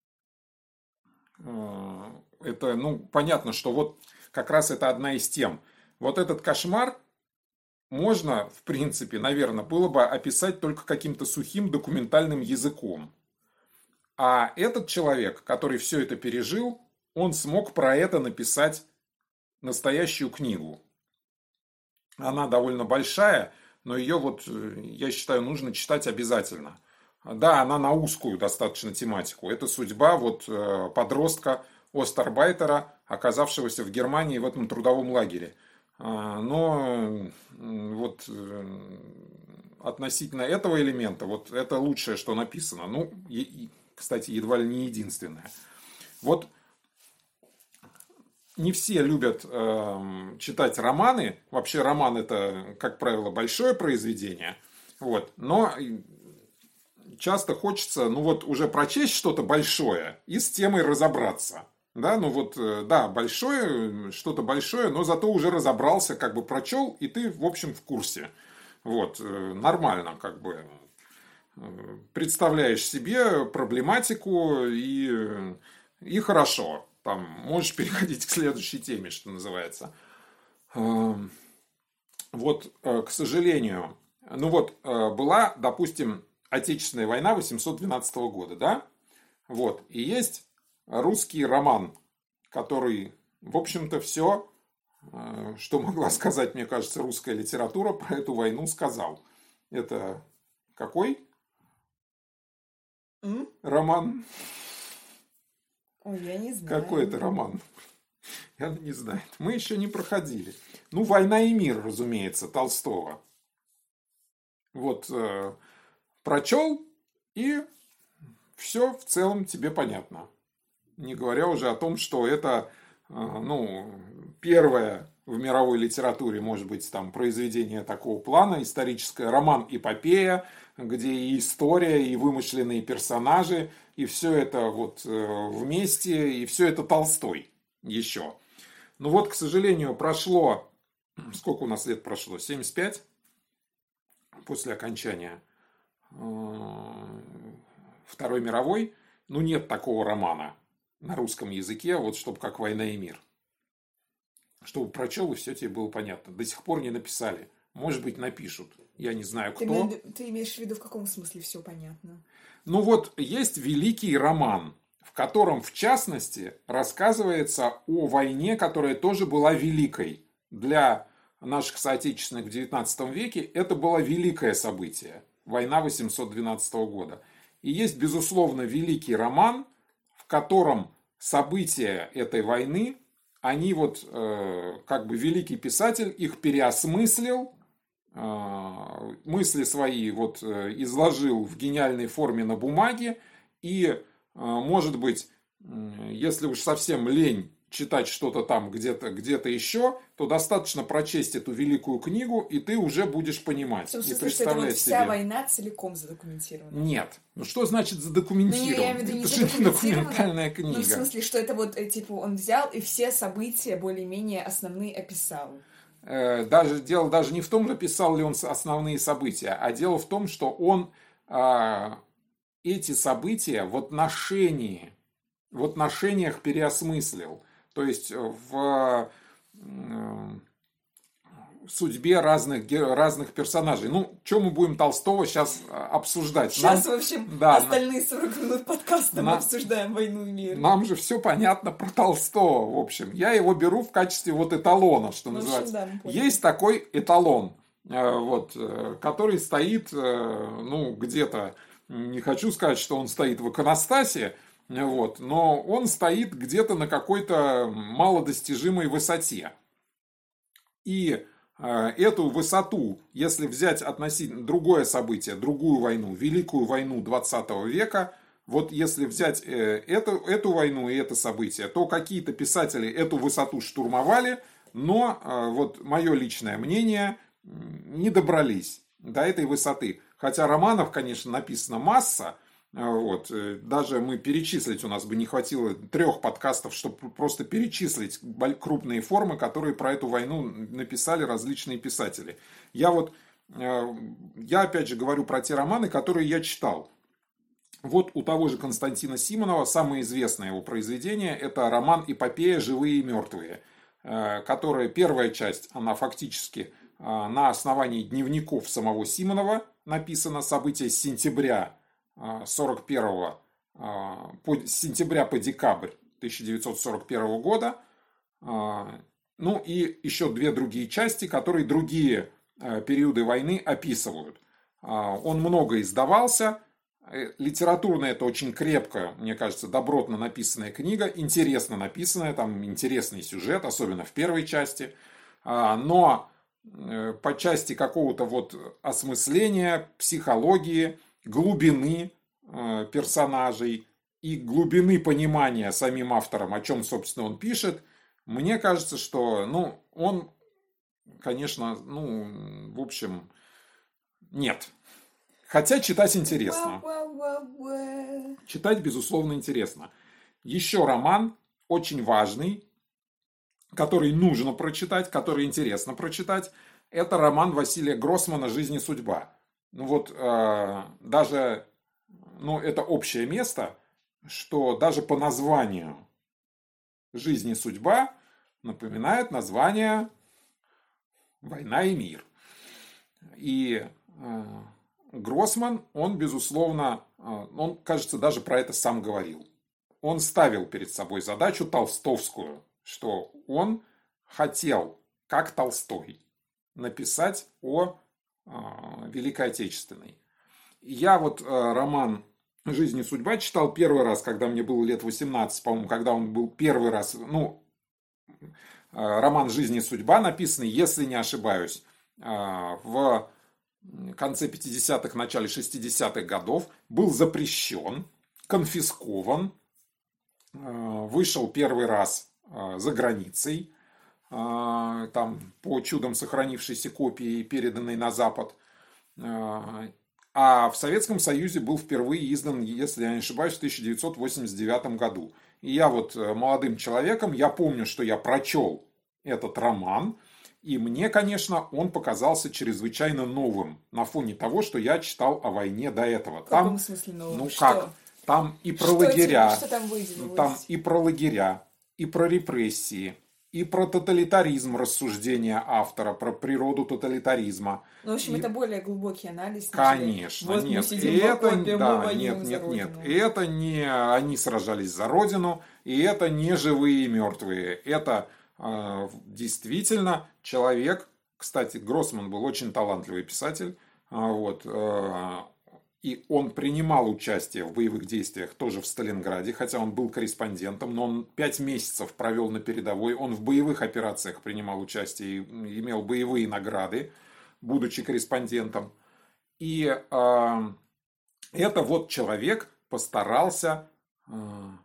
Это, ну, понятно, что вот как раз это одна из тем. Вот этот кошмар можно, в принципе, наверное, было бы описать только каким-то сухим документальным языком. А этот человек, который все это пережил, он смог про это написать настоящую книгу. Она довольно большая, но ее вот, я считаю, нужно читать обязательно. Да, она на узкую достаточно тематику. Это судьба вот подростка, остарбайтера, оказавшегося в Германии в этом трудовом лагере. Но вот относительно этого элемента, вот это лучшее, что написано. Ну, и, кстати, едва ли не единственное. Вот не все любят э, читать романы. Вообще роман это, как правило, большое произведение. Вот. Но часто хочется, ну вот, уже прочесть что-то большое и с темой разобраться. Да, ну вот, да, большое, что-то большое, но зато уже разобрался, как бы прочел, и ты, в общем, в курсе. Вот, нормально, как бы, представляешь себе проблематику, и, и хорошо. Там, можешь переходить к следующей теме, что называется. Вот, к сожалению, ну вот, была, допустим, Отечественная война восемьсот двенадцатого года, да? Вот. И есть русский роман, который, в общем-то, все, что могла сказать, мне кажется, русская литература про эту войну, сказал. Это какой? Mm? Роман? Ой, я не знаю. Какой это роман? Я не знаю. Мы еще не проходили. Ну, «Война и мир», разумеется, Толстого. Вот э, прочел, и все в целом тебе понятно. Не говоря уже о том, что это, э, ну, первое в мировой литературе, может быть, там, произведение такого плана, историческое, роман-эпопея, где и история, и вымышленные персонажи, и все это вот э, вместе, и все это Толстой еще. Ну вот, к сожалению, прошло, сколько у нас лет прошло? семьдесят пять после окончания Второй мировой. Ну, нет такого романа на русском языке, вот чтобы как «Война и мир». Чтобы прочел, и все тебе было понятно. До сих пор не написали. Может быть, напишут. Я не знаю, кто. Ты, ты имеешь в виду, в каком смысле все понятно? Ну вот, есть великий роман, в котором, в частности, рассказывается о войне, которая тоже была великой. Для наших соотечественных в девятнадцатом веке это было великое событие. Война восемьсот двенадцатого года. И есть, безусловно, великий роман, в котором события этой войны, они вот, э, как бы великий писатель их переосмыслил, э, мысли свои вот э, изложил в гениальной форме на бумаге. И, э, может быть, э, если уж совсем лень читать что-то там где-то где-то еще, то достаточно прочесть эту великую книгу, и ты уже будешь понимать. В том и смысле, что это вот представлять вся себе. война целиком задокументирована? Нет. Ну что значит задокументировано? Ну, я имею в виду не Это же не задокументировано. документальная книга. Ну, в смысле, что это вот, э, типа, он взял и все события более-менее основные описал. Э, Даже, дело даже не в том, описал ли он с- основные события, а дело в том, что он а, эти события в отношении, в отношениях переосмыслил. То есть в э, судьбе разных, ге- разных персонажей. Ну, что мы будем Толстого сейчас обсуждать? Сейчас, Нам- в общем, да, остальные сорок минут подкаста мы на- обсуждаем «Войну и мир». Нам же все понятно про Толстого, в общем. Я его беру в качестве вот эталона, что В общем, называется. да, мы поняли. Есть такой эталон, э, вот, э, который стоит, э, ну, где-то, не хочу сказать, что он стоит в иконостасе, э, вот, но он стоит где-то на какой-то малодостижимой высоте. И э, эту высоту, если взять относительно другое событие, другую войну, Великую войну двадцатого века, вот если взять э, эту, эту войну и это событие, то какие-то писатели эту высоту штурмовали, но э, вот мое личное мнение, м, не добрались до этой высоты. Хотя романов, конечно, написано масса. э, Вот, э, даже мы перечислить, у нас бы не хватило трех подкастов, чтобы просто перечислить боль- крупные формы, которые про эту войну написали различные писатели. Я вот, э, я опять же говорю про те романы, которые я читал. Вот у того же Константина Симонова самое известное его произведение – это роман «Эпопея. Живые и мертвые», э, которая первая часть, она фактически э, на основании дневников самого Симонова написана, события с сентября э, сорок первого э, по, с сентября по декабрь тысяча девятьсот сорок первого года. Э, Ну и еще две другие части, которые другие э, периоды войны описывают. Э, Он много издавался. Э, Литературно это очень крепко, мне кажется, добротно написанная книга, интересно написанная, там интересный сюжет, особенно в первой части. А, Но э, по части какого-то вот осмысления, психологии, глубины э, персонажей и глубины понимания самим автором, о чем, собственно, он пишет, мне кажется, что, ну, он, конечно, ну, в общем, нет. Хотя читать интересно. Уа-уа-уа-уа. Читать, безусловно, интересно. Еще роман, очень важный, который нужно прочитать, который интересно прочитать. Это роман Василия Гроссмана «Жизнь и судьба». Ну вот, э, даже, ну, это общее место, что даже по названию «Жизнь и судьба» напоминает название «Война и мир». И э, Гроссман, он, безусловно, э, он, кажется, даже про это сам говорил. Он ставил перед собой задачу толстовскую, что он хотел, как Толстой, написать о э, Великой Отечественной. Я вот э, роман «Жизнь и судьба» читал первый раз, когда мне было лет восемнадцать, по-моему, когда он был первый раз, ну, роман «Жизнь и судьба», написанный, если не ошибаюсь, в конце пятидесятых, начале шестидесятых годов, был запрещен, конфискован, вышел первый раз за границей, там по чудом сохранившейся копии, переданной на Запад. А в Советском Союзе был впервые издан, если я не ошибаюсь, в тысяча девятьсот восемьдесят девятом году. И я вот молодым человеком, я помню, что я прочел этот роман, и мне, конечно, он показался чрезвычайно новым на фоне того, что я читал о войне до этого. В каком там, смысле новым? ну Что? как, там и про Что лагеря, тебе- что там выделилось? там и про лагеря, и про репрессии, и про тоталитаризм рассуждения автора, про природу тоталитаризма. Ну, в общем, И- это более глубокий анализ. нежели Конечно, вот мы нет. сидим И в это, окопе, мы да, воюем нет, за нет, нет. Родину. И это не они сражались за Родину, и это не живые и мертвые. Это э, действительно человек. Кстати, Гроссман был очень талантливый писатель. а, Вот, э, и он принимал участие в боевых действиях тоже в Сталинграде, хотя он был корреспондентом, но он пять месяцев провел на передовой. Он в боевых операциях принимал участие и имел боевые награды, будучи корреспондентом. И э, это вот человек постарался э,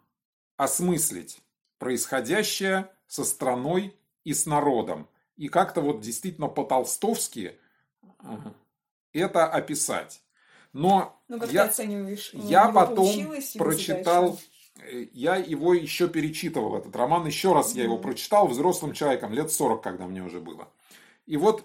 осмыслить происходящее со страной и с народом. И как-то вот действительно по-толстовски э, это описать. Но Ну, как я, ты оцениваешь? У я него потом получилось его прочитал, задача? э, я его еще перечитывал, этот роман, еще раз я его Мгм. прочитал взрослым человеком, лет сорок, когда мне уже было. И вот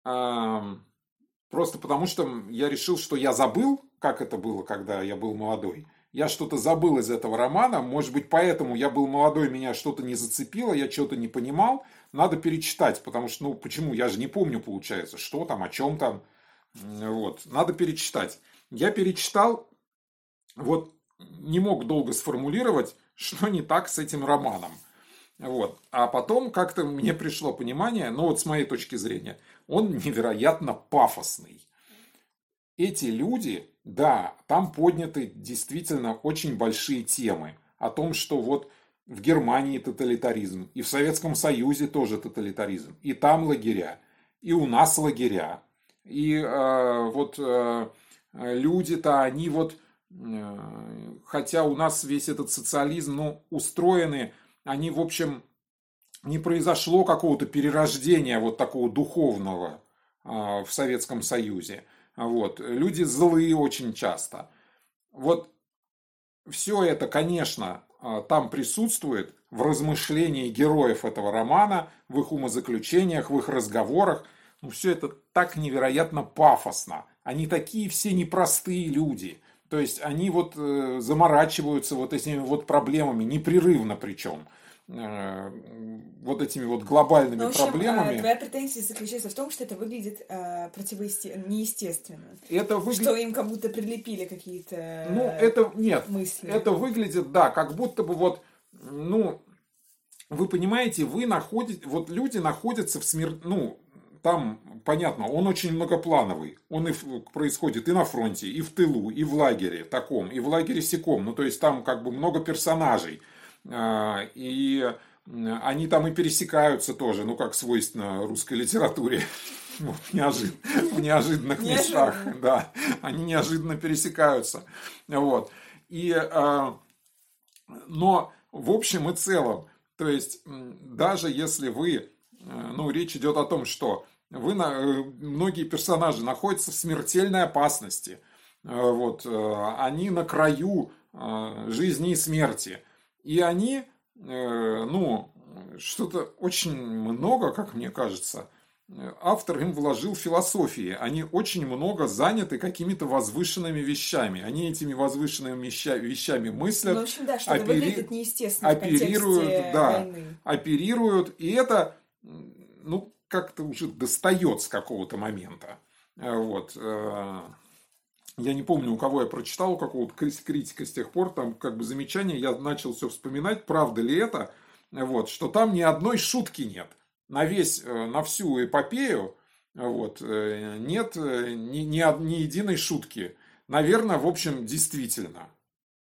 эм, просто потому, что я решил, что я забыл, как это было, когда я был молодой. Я что-то забыл из этого романа, может быть, поэтому я был молодой, меня что-то не зацепило, я что-то не понимал. Надо перечитать, потому что, ну, почему? Я же не помню, получается, что там, о чем там. М, Вот, надо перечитать. Я перечитал, вот, не мог долго сформулировать, что не так с этим романом. Вот. А потом как-то мне пришло понимание, ну вот с моей точки зрения, он невероятно пафосный. Эти люди, да, там подняты действительно очень большие темы о том, что вот в Германии тоталитаризм, и в Советском Союзе тоже тоталитаризм, и там лагеря, и у нас лагеря, и э, вот э, люди-то, они вот, э, хотя у нас весь этот социализм, ну, устроены, они, в общем, не произошло какого-то перерождения вот такого духовного а, в Советском Союзе. Вот. Люди злые очень часто. Вот все это, конечно, а, там присутствует в размышлении героев этого романа, в их умозаключениях, в их разговорах. Но все это так невероятно пафосно. Они такие все непростые люди. То есть они вот э, заморачиваются вот этими вот проблемами, непрерывно причем. Э, вот этими вот глобальными Ну, в общем, проблемами. э, твоя претензия заключается в том, что это выглядит э, противоесте... неестественно. Это выглядит... Что им как будто прилепили какие-то э, Ну, это нет. мысли. Это выглядит, да, как будто бы вот, ну, вы понимаете, вы находите, вот люди находятся в смер... ну, там, понятно, он очень многоплановый. Он и в- происходит и на фронте, и в тылу, и в лагере таком, и в лагере сяком. Ну, то есть там как бы много персонажей. А, И м, они там и пересекаются тоже, ну, как свойственно русской литературе. Вот, неожид- в неожиданных местах. Неожиданно. Да, они неожиданно пересекаются. Вот. И, а, но в общем и целом, то есть м, даже если вы, э, ну, речь идет о том, что вы, на- э, многие персонажи находятся в смертельной опасности, Э, вот, э, они на краю э, жизни и смерти, и они, э, ну, что-то очень много, как мне кажется, э, автор им вложил философии. Они очень много заняты какими-то возвышенными вещами. Они этими возвышенными веща- вещами мыслят, Ну, в общем, да, что-то опери- выглядит неестественно в оперируют, контексте да, войны. оперируют, и это, м, ну, как-то уже достает с какого-то момента. Э, Вот. э, Я не помню, у кого я прочитал, у какого-то крит- критика с тех пор, там как бы замечание, я начал все вспоминать, правда ли это, вот, что там ни одной шутки нет. На весь, э, на всю эпопею, вот, э, нет э, ни, ни од- ни единой шутки. Наверное, в общем, действительно,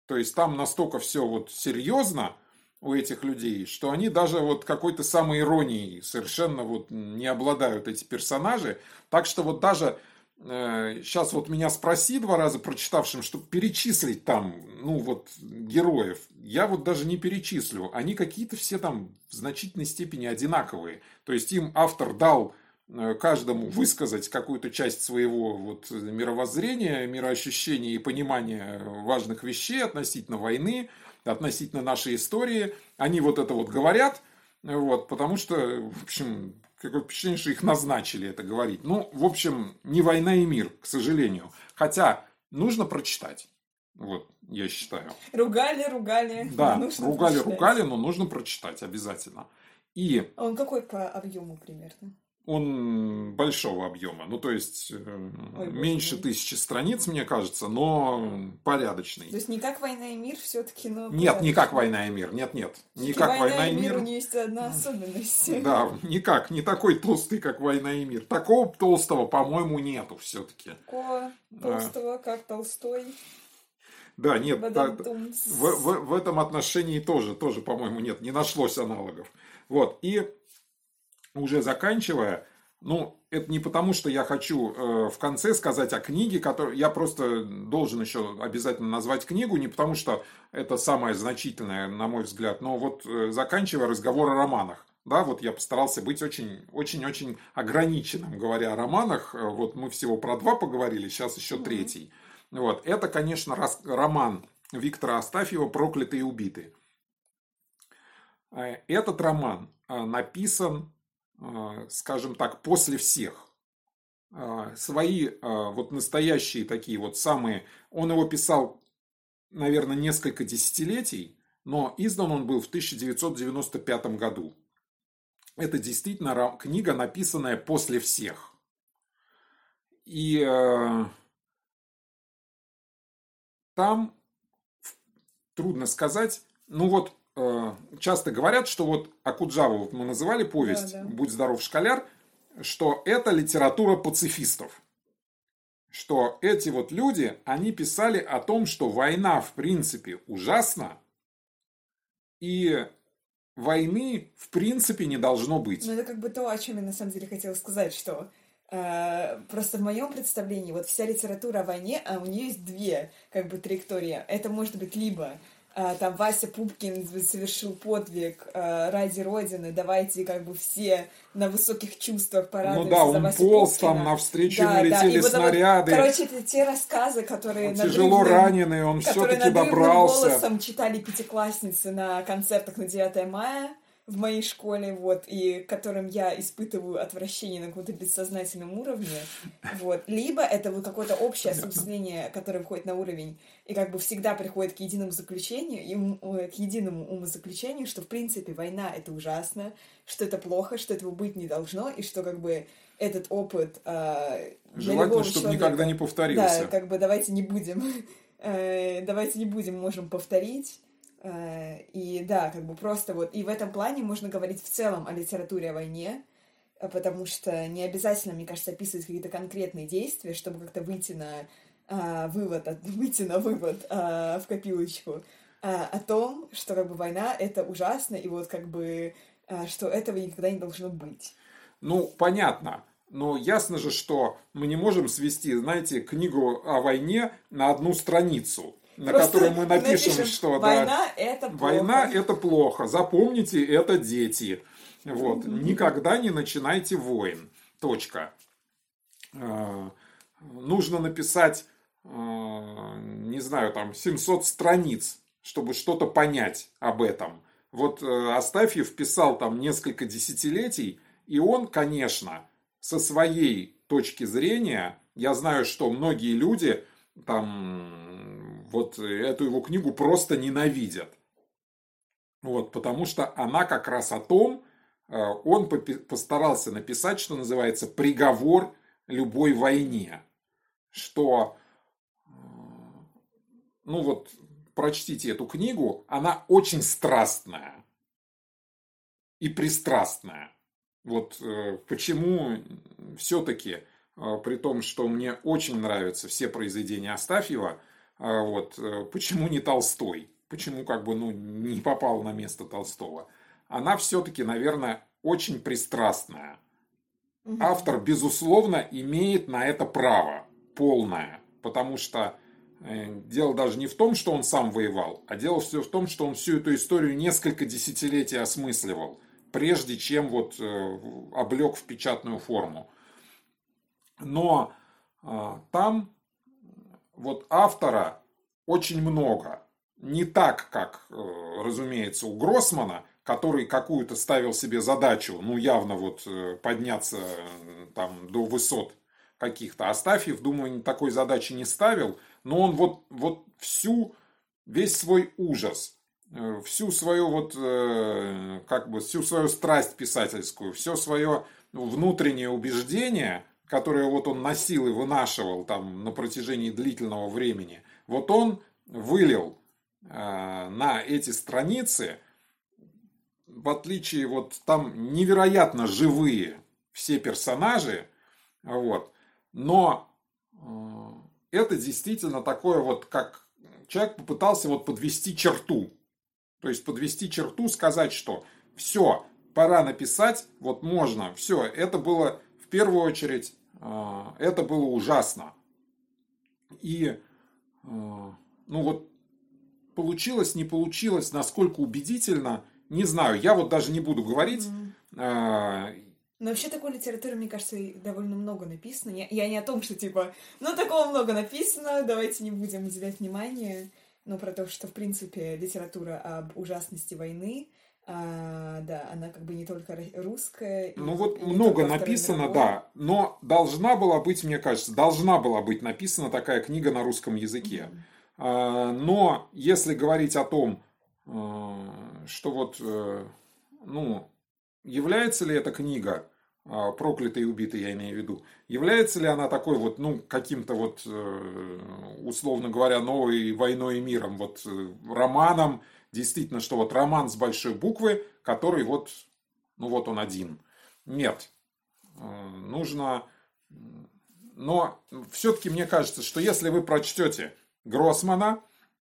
То есть там настолько все вот серьезно у этих людей, что они даже вот какой-то самоиронией совершенно вот не обладают эти персонажи. Так что вот даже э, сейчас вот меня спроси два раза прочитавшим, чтобы перечислить там, ну вот, героев, я вот даже не перечислю. Они какие-то все там в значительной степени одинаковые. То есть им автор дал э, каждому высказать какую-то часть своего вот мировоззрения, мироощущения и понимания важных вещей относительно войны, относительно нашей истории. Они вот это вот говорят, вот, потому что, в общем, какое впечатление, что их назначили это говорить. Ну, в общем, не «Война и мир», к сожалению. Хотя нужно прочитать. Вот, я считаю. Ругали, ругали. Да, ругали, прочитать. ругали, но нужно прочитать обязательно. И... А он какой по объему примерно? Он большого объема, ну то есть Ой, меньше тысячи страниц, мне кажется, но порядочный. То есть не как «Война и мир» все-таки, но... Нет, не как «Война и мир», нет, нет. Не как «Война, «Война и мир», мир». У нее есть одна особенность. Да, никак, не такой толстый, как «Война и мир». Такого толстого, по-моему, нету все-таки. Такого толстого, а... как Толстой. Да, нет, та, в, в, в этом отношении тоже, тоже, по-моему, нет, не нашлось аналогов. Вот, и... Уже заканчивая, ну, это не потому, что я хочу э, в конце сказать о книге, которую я просто должен еще обязательно назвать книгу, не потому что это самое значительное, на мой взгляд, но вот э, заканчивая разговор о романах. Да, вот я постарался быть очень, очень, очень ограниченным, говоря о романах. Вот мы всего про два поговорили, сейчас еще mm-hmm. третий. Вот. Это, конечно, рас, роман Виктора Астафьева «Проклятые и убитые». Этот роман написан, скажем так, после всех. Свои вот настоящие такие вот самые... Он его писал, наверное, несколько десятилетий, но издан он был в тысяча девятьсот девяносто пятом году. Это действительно книга, написанная после всех. И э, там, трудно сказать, ну вот, часто говорят, что вот Окуджаву вот мы называли повесть да, да. «Будь здоров, школяр», что это литература пацифистов. Что эти вот люди, они писали о том, что война в принципе ужасна, и войны в принципе не должно быть. Ну это как бы то, о чем я на самом деле хотела сказать, что э, просто в моем представлении вот вся литература о войне, а у нее есть две как бы траектории. Это может быть либо там Вася Пупкин совершил подвиг э, ради Родины, давайте как бы все на высоких чувствах порадуемся. Ну да, за он Васю полз, Пупкина. там навстречу да, ему летели да. снаряды. Вот, короче, это те рассказы, которые... Он тяжело раненый, он все-таки добрался. Голосом читали пятиклассницы на концертах на девятое мая в моей школе, вот, и к которым я испытываю отвращение на каком-то бессознательном уровне, вот. Либо это вот какое-то общее осмысление, которое выходит на уровень, и как бы всегда приходит к единому заключению, и, к единому умозаключению, что, в принципе, война — это ужасно, что это плохо, что этого быть не должно, и что, как бы, этот опыт э, желательно, чтобы человека, никогда не повторился. Да, как бы давайте не будем, э, давайте не будем, можем повторить. И да, как бы просто вот... И в этом плане можно говорить в целом о литературе о войне, потому что не обязательно, мне кажется, описывать какие-то конкретные действия, чтобы как-то выйти на а, вывод, выйти на вывод а, в копилочку а, о том, что как бы война — это ужасно, и вот как бы а, что этого никогда не должно быть. Ну, понятно. Но ясно же, что мы не можем свести, знаете, книгу о войне на одну страницу, на Просто которой мы напишем, напишем, что война да, это плохо. Война это плохо. Запомните, это дети. Вот. Mm-hmm. Никогда не начинайте войн. Точка. Э, нужно написать, э, не знаю, там семьсот страниц, чтобы что-то понять об этом. Вот э, Астафьев писал там несколько десятилетий, и он, конечно, со своей точки зрения, я знаю, что многие люди там вот эту его книгу просто ненавидят. Вот, потому что она как раз о том, он постарался написать, что называется, приговор любой войне. Что, ну вот, прочтите эту книгу, она очень страстная и пристрастная. Вот почему все-таки, при том, что мне очень нравятся все произведения Астафьева, А вот, почему не Толстой? Почему как бы ну, не попал на место Толстого? Она все-таки, наверное, очень пристрастная. Мгм. Автор, безусловно, имеет на это право полное. Потому что э, дело даже не в том, что он сам воевал, а дело все в том, что он всю эту историю несколько десятилетий осмысливал, прежде чем вот э, облег в печатную форму. Но э, там вот автора очень много. Не так, как, э, разумеется, у Гроссмана, который какую-то ставил себе задачу, ну, явно вот э, подняться э, там до высот каких-то. Астафьев, думаю, такой задачи не ставил, но он вот, вот всю, весь свой ужас, э, всю свою вот, э, как бы, всю свою страсть писательскую, все свое внутреннее убеждение, которое вот он носил и вынашивал там на протяжении длительного времени, вот он вылил э, на эти страницы. В отличие, вот там невероятно живые все персонажи, вот, но э, это действительно такое вот, как человек попытался вот подвести черту. То есть подвести черту, сказать, что все, пора написать, вот можно, все, это было в первую очередь, э, это было ужасно. И, э, ну вот, получилось, не получилось, насколько убедительно, не знаю, я вот даже не буду говорить. Мгм. А, Но вообще такой литературы, мне кажется, и довольно много написано. Я, я не о том, что типа, ну такого много написано, давайте не будем уделять внимание. Но про то, что, в принципе, литература об ужасности войны, а, да, она как бы не только ро- русская, и, ну вот и не много только о Второй написано, мировой. да, но должна была быть, мне кажется, должна была быть написана такая книга на русском языке. Мгм. А, но если говорить о том, а, что вот, э, ну, является ли эта книга, а, «Проклятый и убитый», я имею в виду, является ли она такой вот, ну, каким-то вот, э, условно говоря, новой «Войной и миром», вот э, романом, действительно, что вот роман с большой буквы, который вот, ну вот он один. Нет. Э, Нужно... Но все-таки мне кажется, что если вы прочтете Гроссмана,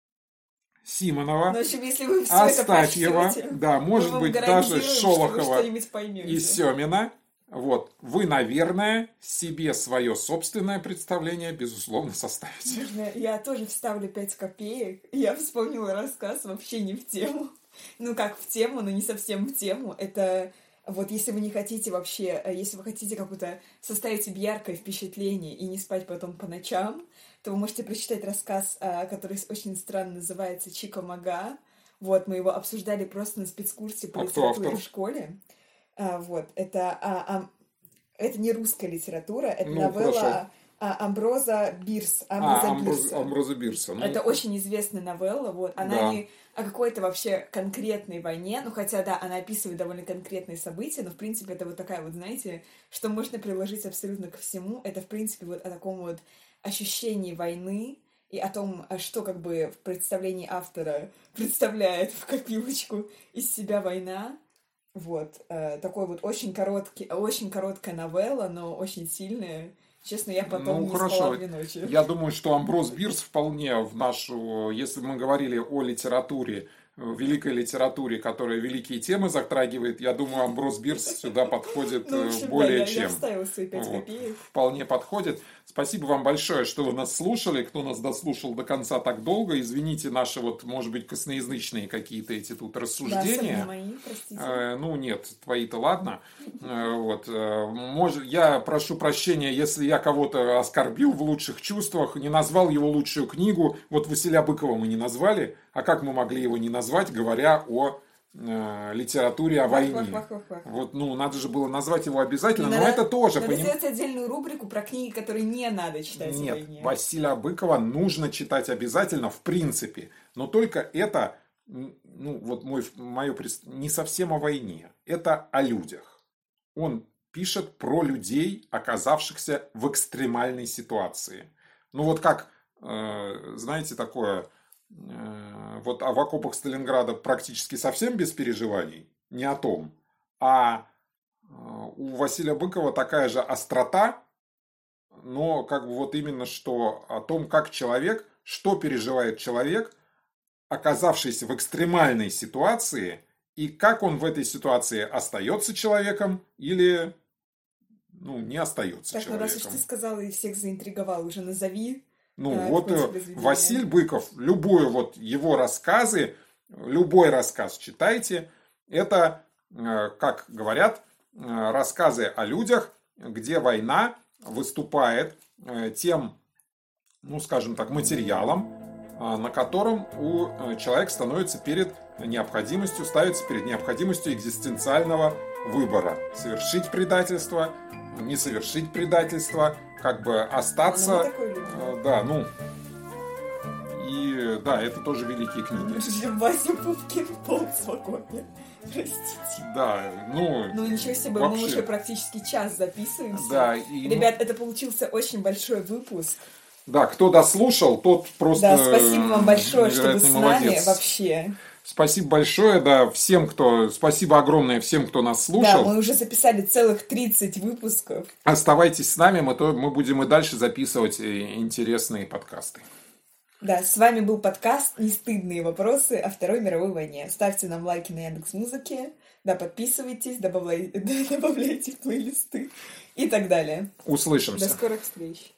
Но, в Симонова, общем, если вы все это Астафьева, прочтете, да, мы может вам быть, даже гарантируем, что вы Шолохова что-нибудь и поймете. Семина, вот, вы, наверное, себе свое собственное представление, безусловно, составите. Можно я тоже вставлю пять копеек? Я вспомнила рассказ вообще не в тему. Ну, как в тему, но не совсем в тему. Это вот если вы не хотите вообще, э, если вы хотите какое-то составить себе яркое впечатление и не спать потом по ночам, то вы можете прочитать рассказ, а, который очень странно называется «Чико Мага». Вот, мы его обсуждали просто на спецкурсе по А кто литературе автор? в школе. А, вот, это а, а, это не русская литература, это Ну, хорошо. новелла а, Амброза Бирс, А, Амброза Амброз, Бирса. Амброза Бирса. Ну, Это очень известная новелла, вот. Она да. не о какой-то вообще конкретной войне, ну, хотя, да, она описывает довольно конкретные события, но, в принципе, это вот такая вот, знаете, что можно приложить абсолютно ко всему. Это, в принципе, вот о таком вот ощущении войны и о том, а что, как бы, в представлении автора представляет в копилочку из себя война. Вот, э, такой вот очень короткий, очень короткая новелла, но очень сильная. Честно, я потом Ну, не спала хорошо. две ночи. Я думаю, что Амброс Бирс вполне в нашу, если бы мы говорили о литературе, э, великой литературе, которая великие темы затрагивает, я думаю, Амброс Бирс сюда подходит Ну, в э, общем, да, более я, я чем. вставила свои пять Вот. копеек. Вполне подходит. Спасибо вам большое, что вы нас слушали. Кто нас дослушал до конца так долго, извините наши, вот, может быть, косноязычные какие-то эти тут Да, рассуждения. особенно мои, простите. Э, Ну, нет, твои-то ладно. Э, Вот. э, Может, я прошу прощения, если я кого-то оскорбил в лучших чувствах, не назвал его лучшую книгу. Вот Василия Быкова мы не назвали. А как мы могли его не назвать, говоря о э, литературе о войне? Вах, вах, вах, вах. Вот, ну, надо же было назвать его обязательно, Не но надо- это тоже, Надо поним- сделать отдельную рубрику про книги, которые не надо читать о Нет, войне. Василия Быкова нужно читать обязательно, в принципе. Но только это, м, ну, вот мой, мое, прес- не совсем о войне. Это о людях. Он пишет про людей, оказавшихся в экстремальной ситуации. Ну, вот как, э, знаете, такое, э, вот о в окопах Сталинграда практически совсем без переживаний, не о том. А э, у Василия Быкова такая же острота, но как бы вот именно что о том, как человек что переживает человек, оказавшийся в экстремальной ситуации, и как он в этой ситуации остается человеком или ну, не остается так, человеком. Так, ну раз уж ты сказала и всех заинтриговал, уже назови. Ну э, вот Василь Быков, любую вот его рассказы, любой рассказ читайте, это, э, как говорят, э, рассказы о людях, где война выступает э, тем, ну скажем так, материалом, э, на котором у человека становится перед необходимостью, ставится перед необходимостью экзистенциального выбора. Совершить предательство, не совершить предательство, как бы остаться... Э, да, ну... И да, это тоже великие книги. Вася Пупкин пол спокойно. Простите. Да, ну... Ну ничего себе, вообще... мы уже практически час записываемся. Да, и... Ребят, это получился очень большой выпуск. Да, кто дослушал, тот просто... Да, спасибо вам большое, что вы с молодец. нами вообще. Спасибо большое, да, всем, кто... Спасибо огромное всем, кто нас слушал. Да, мы уже записали целых тридцать выпусков. Оставайтесь с нами, мы, то, мы будем и дальше записывать интересные подкасты. Да, с вами был подкаст «Нестыдные вопросы о Второй мировой войне». Ставьте нам лайки на Яндекс.Музыке, да, подписывайтесь, добавляйте, добавляйте в плейлисты и так далее. Услышимся. До скорых встреч.